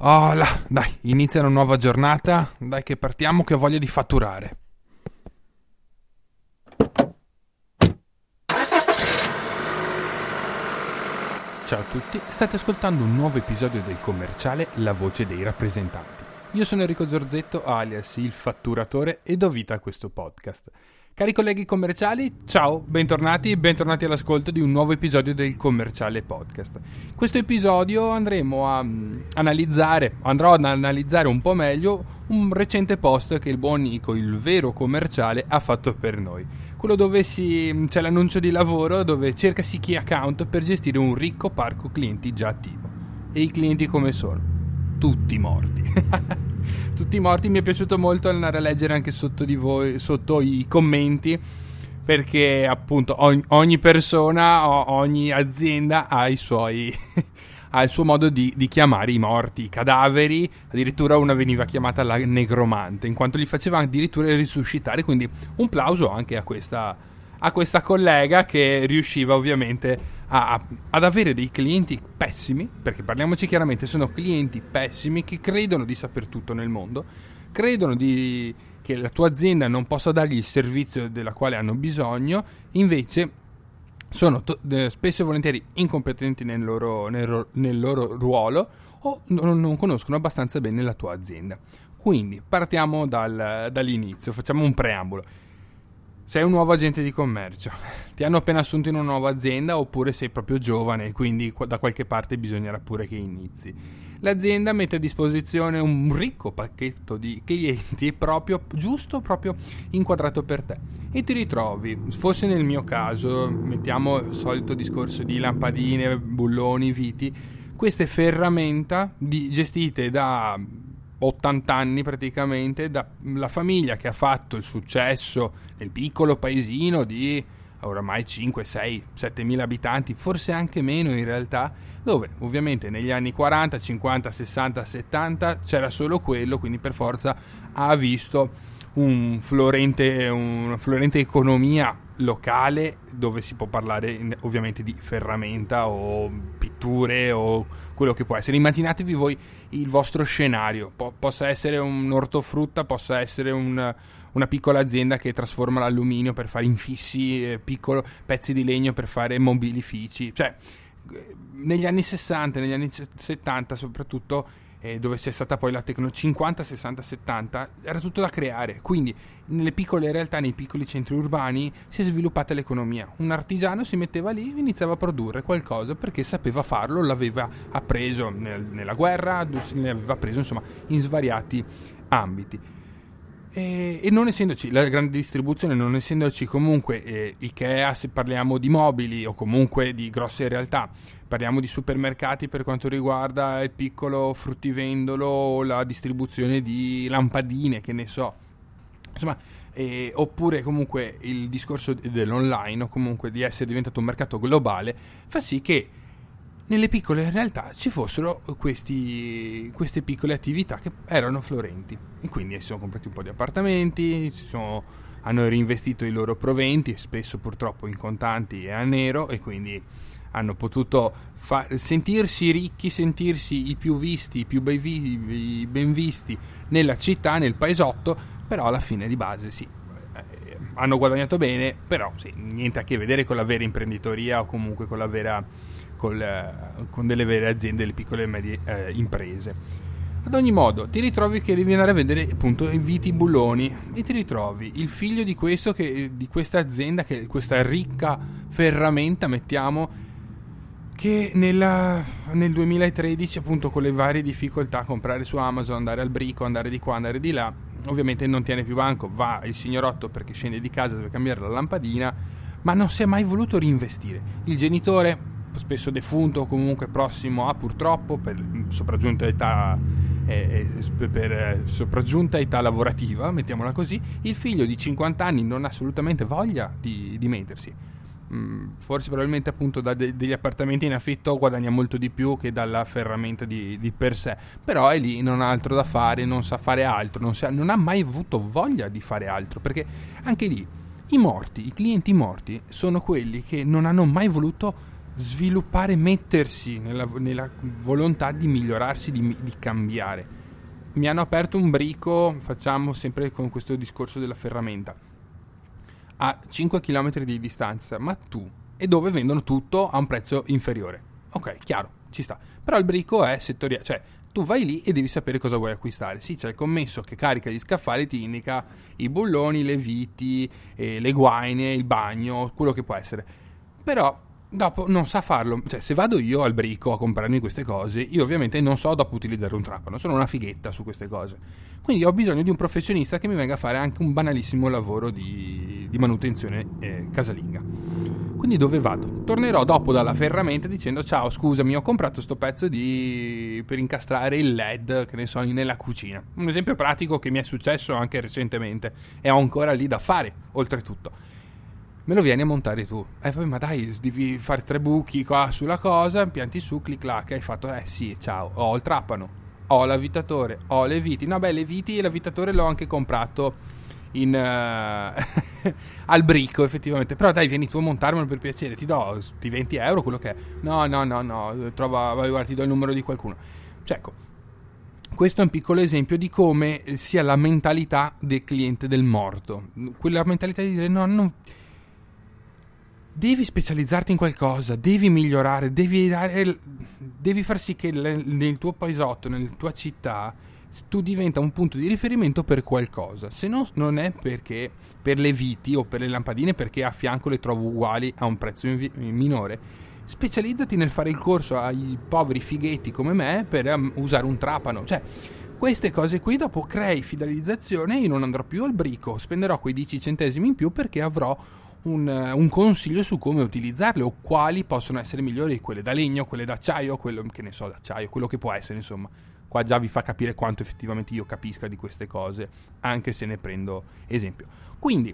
Oh là, dai, inizia una nuova giornata, dai che partiamo che ho voglia di fatturare. Ciao a tutti, state ascoltando un nuovo episodio del commerciale La Voce dei Rappresentanti. Io sono Enrico Zorzetto, alias il fatturatore, e do vita a questo podcast. Cari colleghi commerciali, ciao, bentornati all'ascolto di un nuovo episodio del Commerciale Podcast. Questo episodio andrò ad analizzare un po' meglio un recente post che il buon Nico, il vero commerciale, ha fatto per noi. Quello dove c'è l'annuncio di lavoro dove cercasi key account per gestire un ricco parco clienti già attivo. E i clienti come sono? Tutti morti. Tutti morti. Mi è piaciuto molto andare a leggere anche sotto i commenti, perché appunto ogni persona, ogni azienda ha i suoi ha il suo modo di chiamare i morti, i cadaveri. Addirittura una veniva chiamata la negromante, in quanto li faceva addirittura risuscitare. Quindi un plauso anche a questa collega che riusciva ovviamente ad avere dei clienti pessimi, perché parliamoci chiaramente, sono clienti pessimi che credono di saper tutto nel mondo, credono che la tua azienda non possa dargli il servizio della quale hanno bisogno, invece sono spesso e volentieri incompetenti nel loro ruolo o non conoscono abbastanza bene la tua azienda. Quindi partiamo dall'inizio, facciamo un preambolo. Sei un nuovo agente di commercio, ti hanno appena assunto in una nuova azienda, oppure sei proprio giovane e quindi da qualche parte bisognerà pure che inizi. L'azienda mette a disposizione un ricco pacchetto di clienti proprio inquadrato per te, e ti ritrovi, fosse nel mio caso, mettiamo il solito discorso di lampadine, bulloni, viti, queste ferramenta gestite da 80 anni praticamente, dalla famiglia che ha fatto il successo nel piccolo paesino di oramai 5, 6, 7 mila abitanti, forse anche meno in realtà, dove ovviamente negli anni 40, 50, 60, 70 c'era solo quello, quindi per forza ha visto una florente economia locale, dove si può parlare ovviamente di ferramenta o pitture o quello che può essere. Immaginatevi voi il vostro scenario, possa essere un ortofrutta, possa essere una piccola azienda che trasforma l'alluminio per fare infissi, pezzi di legno per fare mobilifici, cioè negli anni 60, negli anni 70 soprattutto, dove c'è stata poi la tecnologia 50, 60, 70, era tutto da creare. Quindi nelle piccole realtà, nei piccoli centri urbani si è sviluppata l'economia. Un artigiano si metteva lì e iniziava a produrre qualcosa perché sapeva farlo, l'aveva appreso nella guerra, ne aveva appreso insomma in svariati ambiti. E non essendoci la grande distribuzione, non essendoci comunque Ikea, se parliamo di mobili, o comunque di grosse realtà, parliamo di supermercati per quanto riguarda il piccolo fruttivendolo o la distribuzione di lampadine, che ne so, insomma, oppure comunque il discorso dell'online, o comunque di essere diventato un mercato globale, fa sì che nelle piccole realtà ci fossero queste piccole attività che erano florenti, e quindi si sono comprati un po' di appartamenti, hanno reinvestito i loro proventi, spesso purtroppo in contanti e a nero, e quindi hanno potuto sentirsi ricchi, sentirsi i più visti, i più ben visti nella città, nel paesotto, però alla fine di base sì, hanno guadagnato bene, però sì, niente a che vedere con la vera imprenditoria o comunque con la vera con delle vere aziende, le piccole e medie imprese. Ad ogni modo ti ritrovi che devi andare a vedere appunto i viti bulloni, e ti ritrovi il figlio di questa azienda, questa ricca ferramenta, mettiamo, che nel 2013, appunto, con le varie difficoltà, comprare su Amazon, andare al brico, andare di qua, andare di là, ovviamente non tiene più banco, va il signorotto perché scende di casa, deve cambiare la lampadina, ma non si è mai voluto reinvestire. Il genitore, spesso defunto o comunque prossimo a, purtroppo, per sopraggiunta età lavorativa, mettiamola così, il figlio di 50 anni non ha assolutamente voglia di mettersi. Forse probabilmente appunto degli appartamenti in affitto guadagna molto di più che dalla ferramenta di per sé, però è lì, non ha altro da fare, non sa fare altro, non ha mai avuto voglia di fare altro, perché anche lì i clienti morti sono quelli che non hanno mai voluto sviluppare, mettersi nella volontà di migliorarsi, di cambiare. Mi hanno aperto un brico, facciamo sempre con questo discorso della ferramenta, a 5 km di distanza, ma e dove vendono tutto a un prezzo inferiore. Ok, chiaro, ci sta. Però il brico è settoriale, cioè tu vai lì e devi sapere cosa vuoi acquistare. Sì, c'è il commesso che carica gli scaffali, ti indica i bulloni, le viti, le guaine, il bagno, quello che può essere. Però dopo non sa farlo. Cioè, se vado io al brico a comprarmi queste cose, io ovviamente non so dopo utilizzare un trapano, sono una fighetta su queste cose. Quindi ho bisogno di un professionista che mi venga a fare anche un banalissimo lavoro di manutenzione casalinga. Quindi dove vado? Tornerò dopo dalla ferramenta dicendo: ciao, scusami, ho comprato sto pezzo per incastrare il LED, che ne so, nella cucina. Un esempio pratico che mi è successo anche recentemente e ho ancora lì da fare, oltretutto. Me lo vieni a montare tu. Ma dai, devi fare 3 buchi qua sulla cosa, pianti su, clic clac, hai fatto, sì, ciao, ho il trapano, ho l'avvitatore, ho le viti. No, beh, le viti e l'avvitatore l'ho anche comprato al brico, effettivamente. Però dai, vieni tu a montarmelo per piacere, ti do ti 20 euro, quello che è. No, guarda, ti do il numero di qualcuno. Cioè, ecco, questo è un piccolo esempio di come sia la mentalità del cliente del morto. Quella mentalità di dire no, devi specializzarti in qualcosa, devi migliorare, devi far sì che nel tuo paesotto, nella tua città, tu diventa un punto di riferimento per qualcosa. Se no, non è perché per le viti o per le lampadine, perché a fianco le trovo uguali a un prezzo minore. Specializzati nel fare il corso ai poveri fighetti come me per usare un trapano. Cioè, queste cose qui dopo crei fidelizzazione. Io non andrò più al brico, spenderò quei 10 centesimi in più perché avrò un consiglio su come utilizzarle o quali possono essere migliori, quelle da legno, quelle d'acciaio, quello che ne so, d'acciaio, quello che può essere, insomma. Qua già vi fa capire quanto effettivamente io capisca di queste cose, anche se ne prendo esempio. Quindi,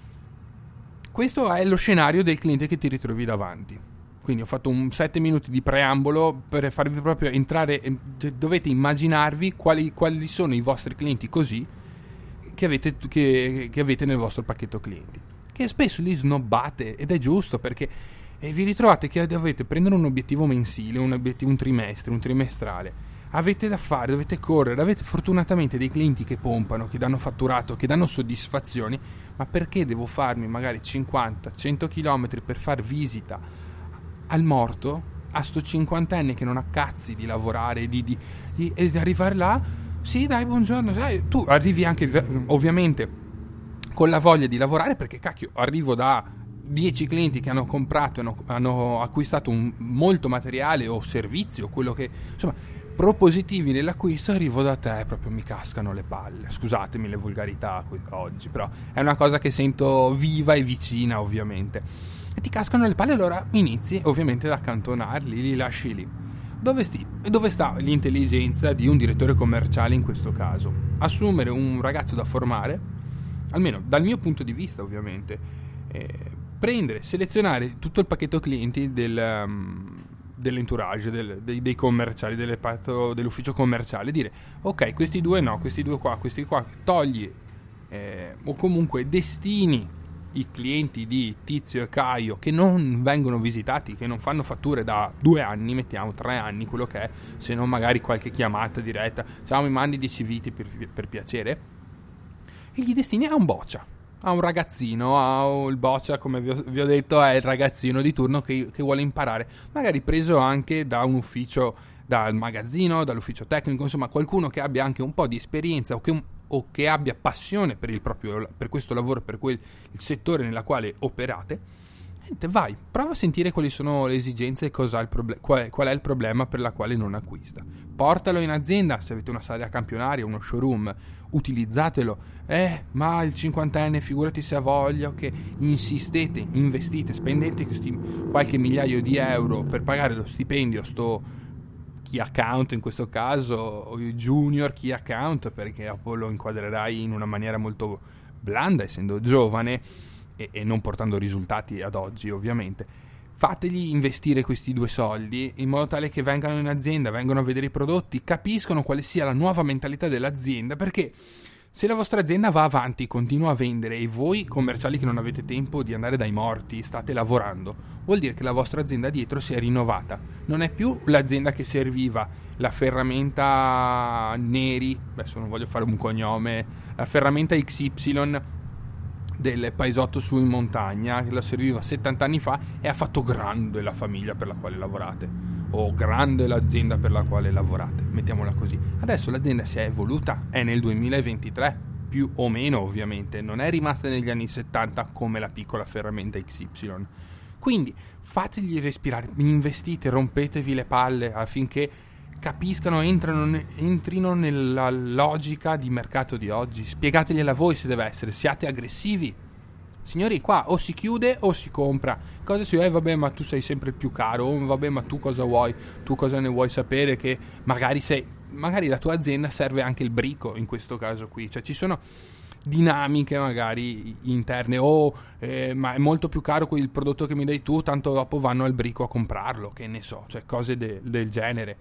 questo è lo scenario del cliente che ti ritrovi davanti. Quindi ho fatto un 7 minuti di preambolo per farvi proprio entrare, dovete immaginarvi quali sono i vostri clienti così che avete nel vostro pacchetto clienti. Che spesso li snobbate, ed è giusto, perché vi ritrovate che dovete prendere un obiettivo mensile, un trimestre, un trimestrale. Avete da fare, dovete correre, avete fortunatamente dei clienti che pompano, che danno fatturato, che danno soddisfazioni, ma perché devo farmi magari 50-100 km per far visita al morto, a sto 50enne che non ha cazzi di lavorare e di arrivare là? Sì, dai, buongiorno, dai, tu arrivi anche ovviamente con la voglia di lavorare, perché cacchio, arrivo da 10 clienti che hanno comprato e hanno acquistato molto materiale o servizio, quello che, insomma, propositivi nell'acquisto, arrivo da te e proprio mi cascano le palle. Scusatemi le volgarità oggi, però è una cosa che sento viva e vicina, ovviamente. E ti cascano le palle, allora inizi ovviamente ad accantonarli, li lasci lì. Dove sta l'intelligenza di un direttore commerciale in questo caso? Assumere un ragazzo da formare, almeno dal mio punto di vista, ovviamente, selezionare tutto il pacchetto clienti dell'entourage, dei commerciali, dell'ufficio commerciale, dire ok, questi due no, questi due qua, questi qua, togli o comunque destini i clienti di Tizio e Caio che non vengono visitati, che non fanno fatture da 2 anni, mettiamo 3 anni, quello che è, se non magari qualche chiamata diretta, ciao, mi mandi 10 viti per piacere, e gli destini a un boccia, a un ragazzino, il boccia, come vi ho detto, è il ragazzino di turno che vuole imparare, magari preso anche da un ufficio, dal magazzino, dall'ufficio tecnico, insomma qualcuno che abbia anche un po' di esperienza o che abbia passione per questo lavoro, per il settore nella quale operate. Vai, prova a sentire quali sono le esigenze e qual è il problema per la quale non acquista. Portalo in azienda, se avete una sala campionaria, uno showroom, utilizzatelo. Ma il 50enne, figurati se ha voglia, che insistete, investite, spendete qualche migliaio di euro per pagare lo stipendio, sto key account in questo caso, o junior key account, perché dopo lo inquadrerai in una maniera molto blanda, essendo giovane e non portando risultati ad oggi, ovviamente. Fategli investire questi 2 soldi in modo tale che vengano in azienda, vengano a vedere i prodotti, capiscono quale sia la nuova mentalità dell'azienda, perché Se la vostra azienda va avanti, continua a vendere e voi commerciali che non avete tempo di andare dai morti state lavorando, vuol dire che la vostra azienda dietro si è rinnovata. Non è più l'azienda che serviva la ferramenta Neri, adesso non voglio fare un cognome, la ferramenta XY del paesotto su in montagna, che la serviva 70 anni fa e ha fatto grande la famiglia per la quale lavorate, o grande l'azienda per la quale lavorate, mettiamola così. Adesso l'azienda si è evoluta, è nel 2023, più o meno ovviamente, non è rimasta negli anni 70 come la piccola ferramenta XY. Quindi fategli respirare, investite, rompetevi le palle affinché capiscano, entrino nella logica di mercato di oggi. Spiegategliela voi se deve essere, siate aggressivi. Signori, qua o si chiude o si compra. Cosa si vabbè, ma tu sei sempre il più caro, vabbè, ma tu cosa vuoi? Tu cosa ne vuoi sapere? Che magari la tua azienda serve anche il brico in questo caso qui. Cioè ci sono dinamiche magari interne, ma è molto più caro il prodotto che mi dai tu, tanto dopo vanno al brico a comprarlo, che ne so, cioè cose del genere.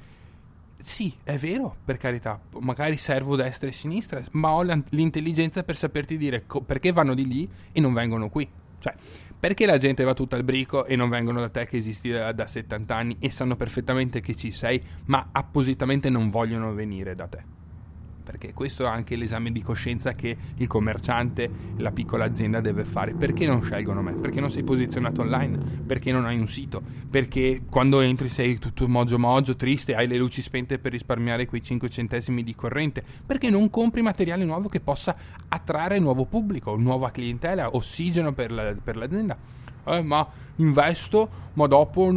Sì, è vero, per carità, magari servo destra e sinistra, ma ho l'intelligenza per saperti dire perché vanno di lì e non vengono qui. Cioè, perché la gente va tutta al brico e non vengono da te che esisti da 70 anni e sanno perfettamente che ci sei, ma appositamente non vogliono venire da te. Perché questo è anche l'esame di coscienza che il commerciante, la piccola azienda deve fare. Perché non scelgono me? Perché non sei posizionato online? Perché non hai un sito? Perché quando entri sei tutto mogio triste, hai le luci spente per risparmiare quei 5 centesimi di corrente? Perché non compri materiale nuovo che possa attrarre nuovo pubblico, nuova clientela, ossigeno per l'azienda? Ma investo, ma dopo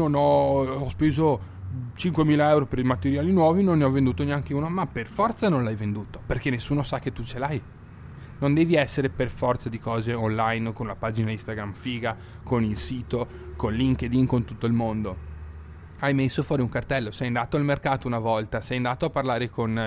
ho speso 5.000 euro per i materiali nuovi, non ne ho venduto neanche uno. Ma per forza non l'hai venduto, perché nessuno sa che tu ce l'hai. Non devi essere per forza di cose online, con la pagina Instagram figa, con il sito, con LinkedIn, con tutto il mondo. Hai messo fuori un cartello, sei andato al mercato una volta, sei andato a parlare con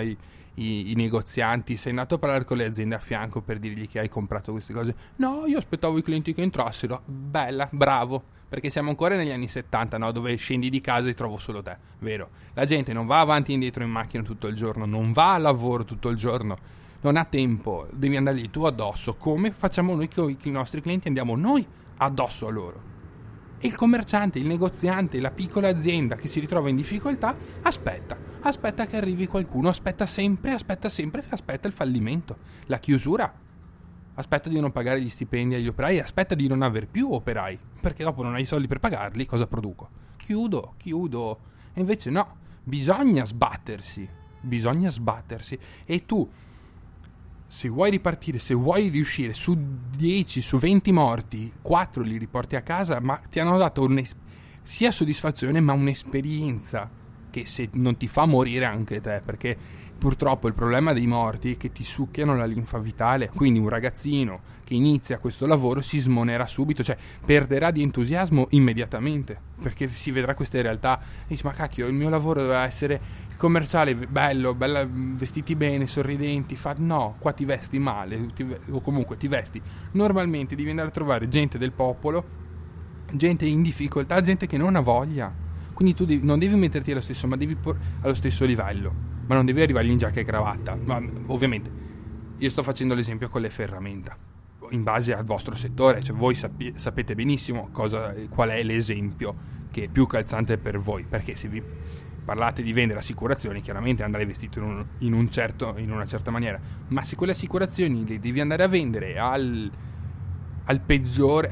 i negozianti, sei andato a parlare con le aziende a fianco per dirgli che hai comprato queste cose. No, io aspettavo i clienti che entrassero. Bella, bravo. Perché siamo ancora negli anni 70, no? Dove scendi di casa e trovo solo te, vero? La gente non va avanti e indietro in macchina tutto il giorno, non va al lavoro tutto il giorno, non ha tempo, devi andargli tu addosso, come facciamo noi con i nostri clienti, andiamo noi addosso a loro. E il commerciante, il negoziante, la piccola azienda che si ritrova in difficoltà, aspetta che arrivi qualcuno, aspetta sempre il fallimento, la chiusura. Aspetta di non pagare gli stipendi agli operai, aspetta di non aver più operai, perché dopo non hai i soldi per pagarli, cosa produco? Chiudo. E invece no, bisogna sbattersi. E tu, se vuoi ripartire, se vuoi riuscire, su 10, su 20 morti, 4 li riporti a casa, ma ti hanno dato sia soddisfazione, ma un'esperienza che se non ti fa morire anche te, perché purtroppo il problema dei morti è che ti succhiano la linfa vitale, quindi un ragazzino che inizia questo lavoro si smonerà subito, cioè perderà di entusiasmo immediatamente, perché si vedrà queste realtà e dice ma cacchio, il mio lavoro doveva essere commerciale, bello, vestiti bene, sorridenti, no, qua ti vesti male, o comunque ti vesti normalmente, devi andare a trovare gente del popolo, gente in difficoltà, gente che non ha voglia, quindi tu non devi metterti allo stesso, ma devi allo stesso livello. Ma non devi arrivare in giacca e cravatta. Ma ovviamente io sto facendo l'esempio con le ferramenta in base al vostro settore, cioè voi sapete benissimo qual è l'esempio che è più calzante per voi, perché se vi parlate di vendere assicurazioni chiaramente andrai vestito in una certa maniera, ma se quelle assicurazioni le devi andare a vendere al peggiore,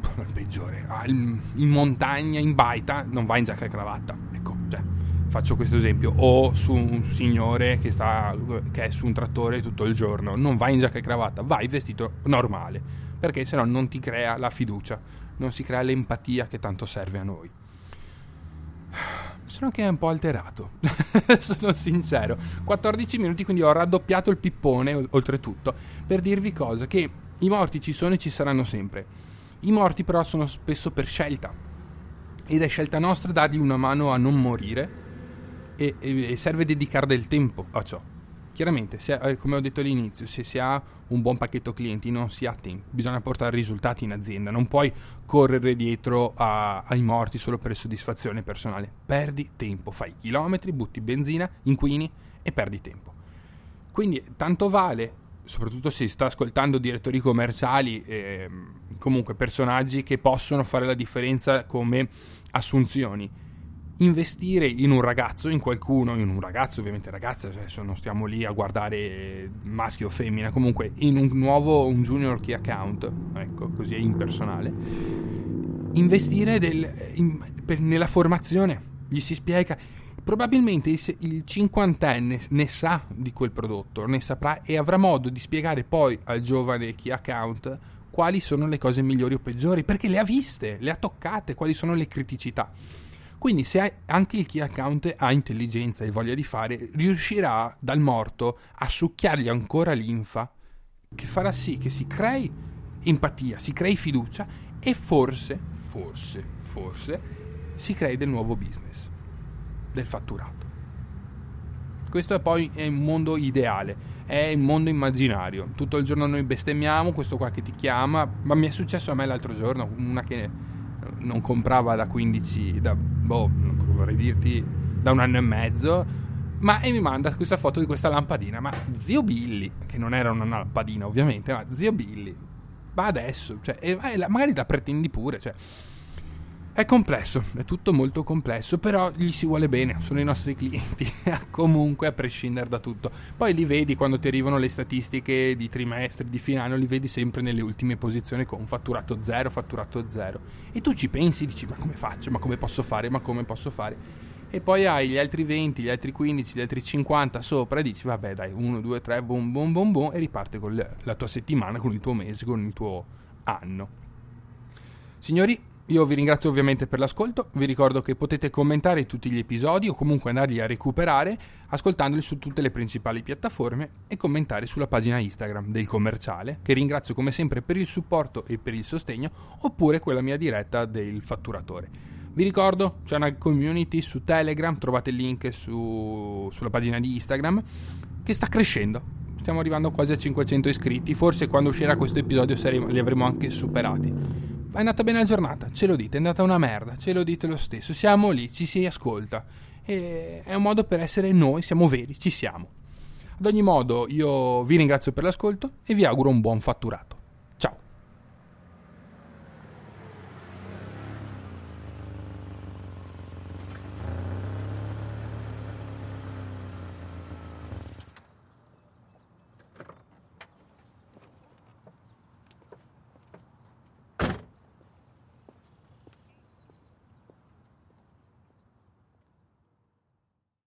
in montagna, in baita, non vai in giacca e cravatta, ecco, cioè faccio questo esempio, o su un signore che è su un trattore tutto il giorno, non vai in giacca e cravatta, vai vestito normale, perché sennò non ti crea la fiducia, non si crea l'empatia che tanto serve a noi. Sono anche un po' alterato, sono sincero. 14 minuti, quindi ho raddoppiato il pippone, oltretutto, per dirvi cosa, che i morti ci sono e ci saranno sempre. I morti però sono spesso per scelta, ed è scelta nostra dargli una mano a non morire, e serve dedicare del tempo a ciò. Chiaramente, come ho detto all'inizio, se si ha un buon pacchetto clienti non si ha tempo, bisogna portare risultati in azienda, non puoi correre dietro ai morti solo per soddisfazione personale, perdi tempo, fai chilometri, butti benzina, inquini e perdi tempo. Quindi tanto vale soprattutto se sta ascoltando direttori commerciali, comunque personaggi che possono fare la differenza come assunzioni. Investire in un ragazzo, in qualcuno, in un ragazzo, ovviamente ragazza, adesso non stiamo lì a guardare maschio o femmina, comunque in un junior key account, ecco, così è impersonale. Investire nella formazione, gli si spiega. Probabilmente il cinquantenne ne sa di quel prodotto, ne saprà e avrà modo di spiegare poi al giovane key account quali sono le cose migliori o peggiori, perché le ha viste, le ha toccate, quali sono le criticità. Quindi se anche il key account ha intelligenza e voglia di fare, riuscirà dal morto a succhiargli ancora linfa, che farà sì che si crei empatia, si crei fiducia e forse si crei del nuovo business, del fatturato. Questo è un mondo ideale, è il mondo immaginario. Tutto il giorno noi bestemmiamo, questo qua che ti chiama, ma mi è successo a me l'altro giorno, una che non comprava da 15, vorrei dirti da 1 anno e mezzo, e mi manda questa foto di questa lampadina. Ma zio Billy, che non era una lampadina ovviamente, ma zio Billy, ma adesso, magari la pretendi pure, è complesso, è tutto molto complesso, però gli si vuole bene, sono i nostri clienti, comunque a prescindere da tutto. Poi li vedi quando ti arrivano le statistiche di trimestre, di fine anno, li vedi sempre nelle ultime posizioni con fatturato zero. E tu ci pensi, dici ma come faccio, ma come posso fare. E poi hai gli altri 20, gli altri 15, gli altri 50 sopra e dici vabbè dai, 1, 2, 3, boom, e riparte con la tua settimana, con il tuo mese, con il tuo anno. Signori, io vi ringrazio ovviamente per l'ascolto, vi ricordo che potete commentare tutti gli episodi o comunque andarli a recuperare ascoltandoli su tutte le principali piattaforme e commentare sulla pagina Instagram del commerciale, che ringrazio come sempre per il supporto e per il sostegno, oppure quella mia diretta del fatturatore. Vi ricordo, c'è una community su Telegram, trovate il link sulla pagina di Instagram, che sta crescendo. Stiamo arrivando quasi a 500 iscritti, forse quando uscirà questo episodio li avremo anche superati. È andata bene la giornata, ce lo dite, è andata una merda, ce lo dite lo stesso, siamo lì, ci si ascolta, e è un modo per essere noi, siamo veri, ci siamo. Ad ogni modo io vi ringrazio per l'ascolto e vi auguro un buon fatturato.